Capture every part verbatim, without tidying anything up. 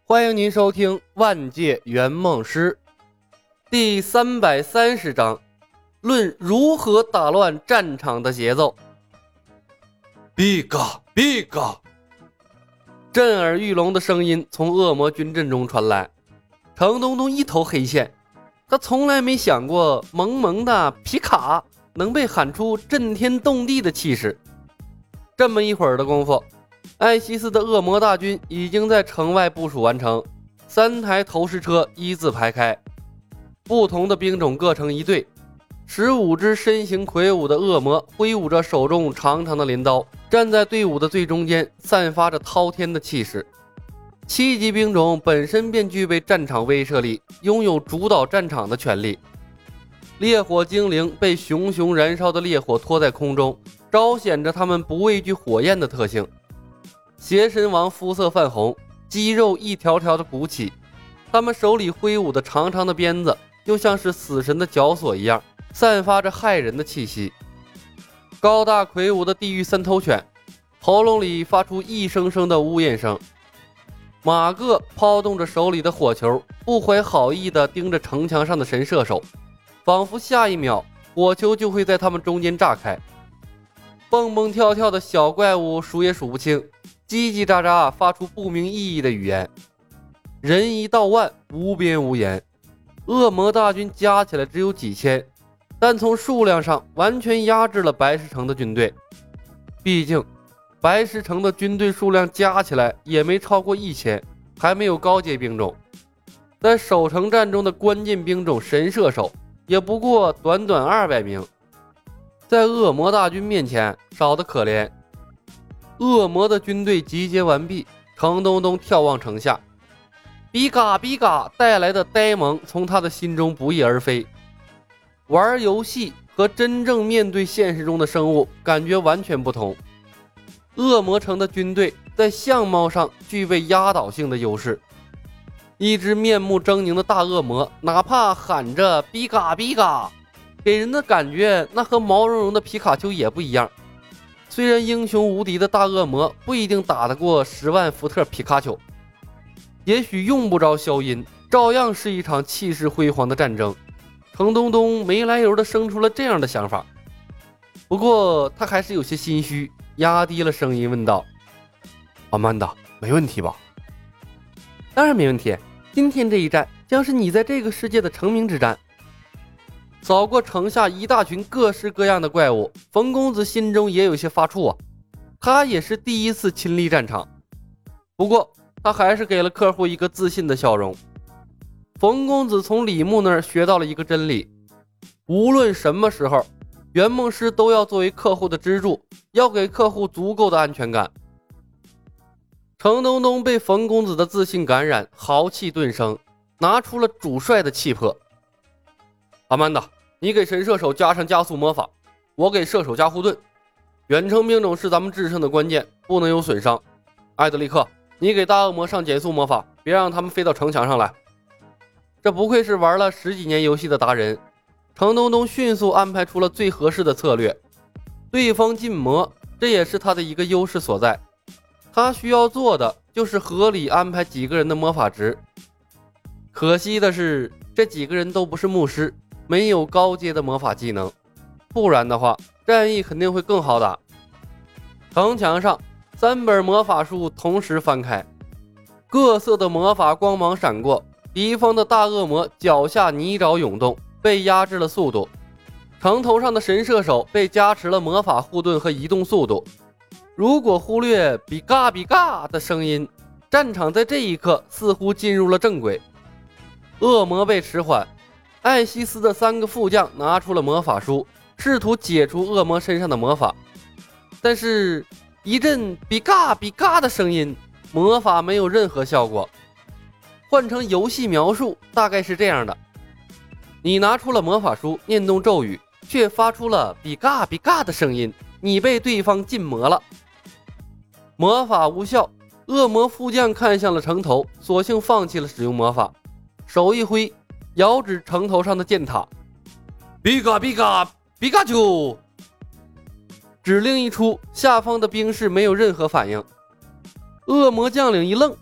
欢迎您收听《万界圆梦师》第三百三十章，论如何打乱战场的节奏。 比嘎比嘎， 震耳欲聋的声音从恶魔军阵中传来。程东东一头黑线，他从来没想过萌萌的皮卡能被喊出震天动地的气势。这么一会儿的功夫，艾希斯的恶魔大军已经在城外部署完成，三台投石车一字排开，不同的兵种各成一队，十五只身形魁梧的恶魔挥舞着手中长长的镰刀，站在队伍的最中间，散发着滔天的气势。七级兵种本身便具备战场威慑力，拥有主导战场的权利。烈火精灵被熊熊燃烧的烈火拖在空中，彰显着他们不畏惧火焰的特性。邪神王肤色泛红，肌肉一条条的鼓起，他们手里挥舞的长长的鞭子就像是死神的绞索一样，散发着骇人的气息。高大魁梧的地狱三头犬喉咙里发出一声声的呜咽声，马各抛动着手里的火球，不怀好意地盯着城墙上的神射手，仿佛下一秒火球就会在他们中间炸开。蹦蹦跳跳的小怪物数也数不清，叽叽喳喳发出不明意义的语言。人一到万，无边无沿。恶魔大军加起来只有几千，但从数量上完全压制了白石城的军队。毕竟白石城的军队数量加起来也没超过一千，还没有高阶兵种。在守城战中的关键兵种神射手也不过短短二百名，在恶魔大军面前少得可怜。恶魔的军队集结完毕，程东东眺望城下，比嘎比嘎带来的呆萌从他的心中不翼而飞。玩游戏和真正面对现实中的生物感觉完全不同。恶魔城的军队在相貌上具备压倒性的优势，一只面目狰狞的大恶魔哪怕喊着比嘎比嘎，给人的感觉那和毛茸茸的皮卡丘也不一样。虽然英雄无敌的大恶魔不一定打得过十万伏特皮卡丘，也许用不着消音，照样是一场气势辉煌的战争。程东东没来由地生出了这样的想法，不过他还是有些心虚，压低了声音问道： 阿曼达，没问题吧？ 当然没问题，今天这一战将是你在这个世界的成名之战。扫过城下一大群各式各样的怪物，冯公子心中也有些发怵啊。他也是第一次亲历战场，不过他还是给了客户一个自信的笑容。冯公子从李牧那儿学到了一个真理，无论什么时候，圆梦师都要作为客户的支柱，要给客户足够的安全感。程东东被冯公子的自信感染，豪气顿生，拿出了主帅的气魄。阿曼达，你给神射手加上加速魔法，我给射手加护盾，远程兵种是咱们制胜的关键，不能有损伤。艾德利克，你给大恶魔上减速魔法，别让他们飞到城墙上来。这不愧是玩了十几年游戏的达人，程东东迅速安排出了最合适的策略。对方禁魔，这也是他的一个优势所在，他需要做的就是合理安排几个人的魔法值。可惜的是，这几个人都不是牧师，没有高阶的魔法技能，不然的话战役肯定会更好打。城墙上三本魔法书同时翻开，各色的魔法光芒闪过，敌方的大恶魔脚下泥沼涌动，被压制了速度。城头上的神射手被加持了魔法护盾和移动速度。如果忽略比嘎比嘎的声音，战场在这一刻似乎进入了正轨。恶魔被迟缓，艾希斯的三个副将拿出了魔法书，试图解除恶魔身上的魔法，但是一阵比嘎比嘎的声音，魔法没有任何效果。换成游戏描述大概是这样的：你拿出了魔法书，念动咒语，却发出了比嘎比嘎的声音，你被对方禁魔了。魔法无效，恶魔副将看向了城头，索性放弃了使用魔法，手一挥，遥指城头上的箭塔，比嘎比嘎比嘎丘。指令一出，下方的兵士没有任何反应。恶魔将领一愣，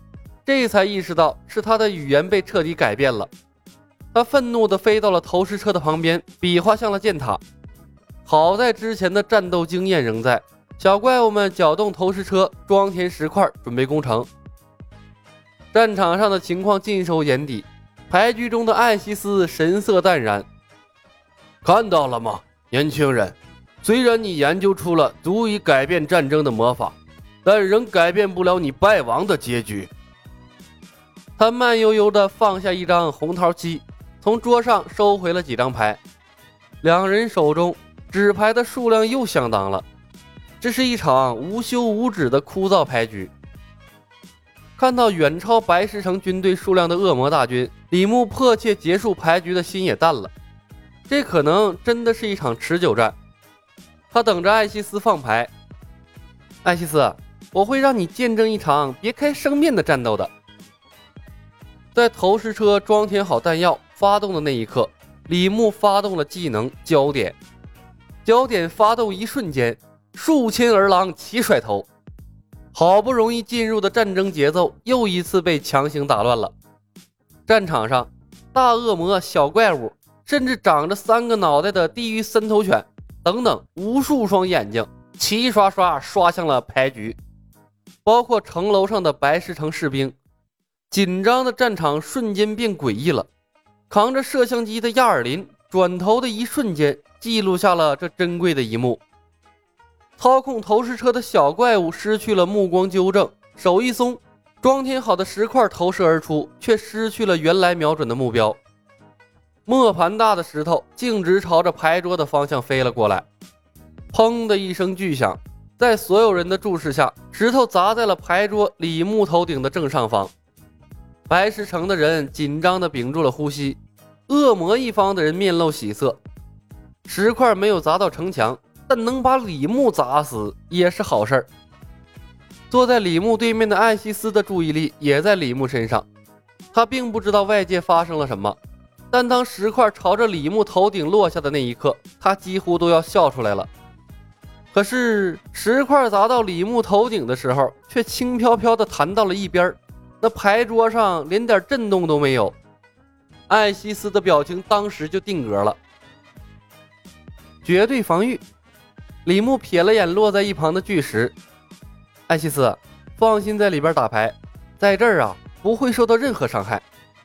这才意识到是他的语言被彻底改变了。他愤怒地飞到了投石车的旁边，比划向了箭塔。好在之前的战斗经验仍在，小怪物们搅动投石车，装填石块，准备攻城。战场上的情况尽收眼底，牌局中的艾希斯神色淡然。 看到了吗，年轻人？虽然你研究出了足以改变战争的魔法，但仍改变不了你败亡的结局。 他慢悠悠地放下一张红桃七，从桌上收回了几张牌。两人手中纸牌的数量又相当了，这是一场无休无止的枯燥牌局。看到远超白石城军队数量的恶魔大军，李牧迫切结束牌局的心也淡了。这可能真的是一场持久战。他等着艾希斯放牌。艾希斯，我会让你见证一场别开生面的战斗的。在投石车装填好弹药发动的那一刻，李牧发动了技能焦点。焦点发动一瞬间，数千儿郎齐甩头，好不容易进入的战争节奏又一次被强行打乱了。战场上，大恶魔、小怪物，甚至长着三个脑袋的地狱森头犬等等无数双眼睛齐刷刷刷向了牌局，包括城楼上的白石城士兵。紧张的战场瞬间变诡异了。扛着摄像机的亚尔林转头的一瞬间记录下了这珍贵的一幕。操控投石车的小怪物失去了目光纠正，手一松，装填好的石块投射而出，却失去了原来瞄准的目标。磨盘大的石头径直朝着牌桌的方向飞了过来。砰的一声巨响，在所有人的注视下，石头砸在了牌桌李牧头顶的正上方。白石城的人紧张地屏住了呼吸，恶魔一方的人面露喜色。石块没有砸到城墙，但能把李牧砸死也是好事儿。坐在李牧对面的艾希斯的注意力也在李牧身上，他并不知道外界发生了什么，但当石块朝着李牧头顶落下的那一刻，他几乎都要笑出来了。可是石块砸到李牧头顶的时候，却轻飘飘地弹到了一边，那牌桌上连点震动都没有。艾希斯的表情当时就定格了。绝对防御。李牧瞥了眼落在一旁的巨石。艾希斯，放心在里边打牌，在这儿啊不会受到任何伤害。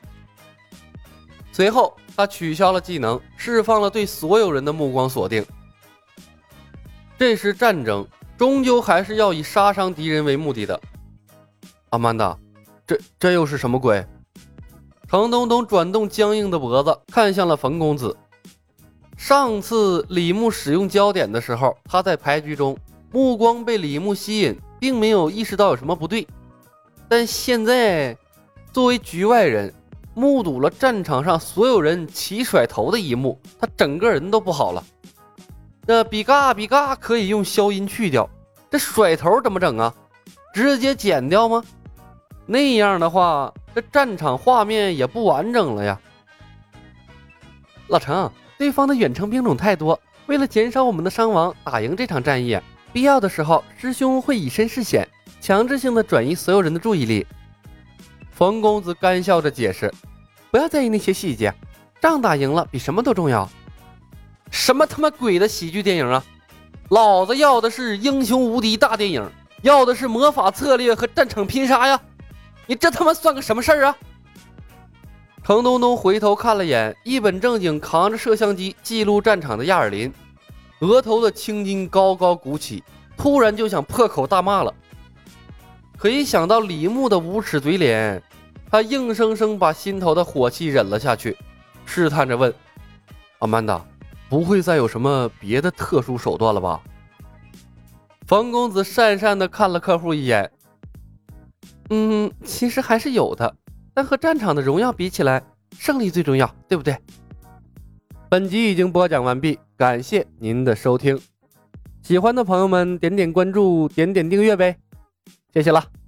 随后他取消了技能，释放了对所有人的目光锁定。这时战争终究还是要以杀伤敌人为目的的。 阿曼达，这这又是什么鬼？ 程东东转动僵硬的脖子，看向了冯公子。上次李牧使用焦点的时候，他在牌局中目光被李牧吸引，并没有意识到有什么不对。但现在作为局外人，目睹了战场上所有人齐甩头的一幕，他整个人都不好了。这比嘎比嘎可以用消音去掉，这甩头怎么整啊？直接剪掉吗？那样的话，这战场画面也不完整了呀。老程，对方的远程兵种太多，为了减少我们的伤亡，打赢这场战役，必要的时候师兄会以身试险，强制性的转移所有人的注意力。冯公子干笑着解释，不要在意那些细节，仗打赢了比什么都重要。什么他妈鬼的喜剧电影啊！老子要的是英雄无敌大电影，要的是魔法策略和战场拼杀呀！你这他妈算个什么事儿啊？程东东回头看了眼一本正经扛着摄像机记录战场的亚尔林，额头的青筋高高鼓起，突然就想破口大骂了。可一想到李牧的无耻嘴脸，他硬生生把心头的火气忍了下去，试探着问： 阿曼达，不会再有什么别的特殊手段了吧？ 冯公子讪讪地看了客户一眼，嗯，其实还是有的，但和战场的荣耀比起来，胜利最重要，对不对？本集已经播讲完毕，感谢您的收听。喜欢的朋友们点点关注，点点订阅呗，谢谢了。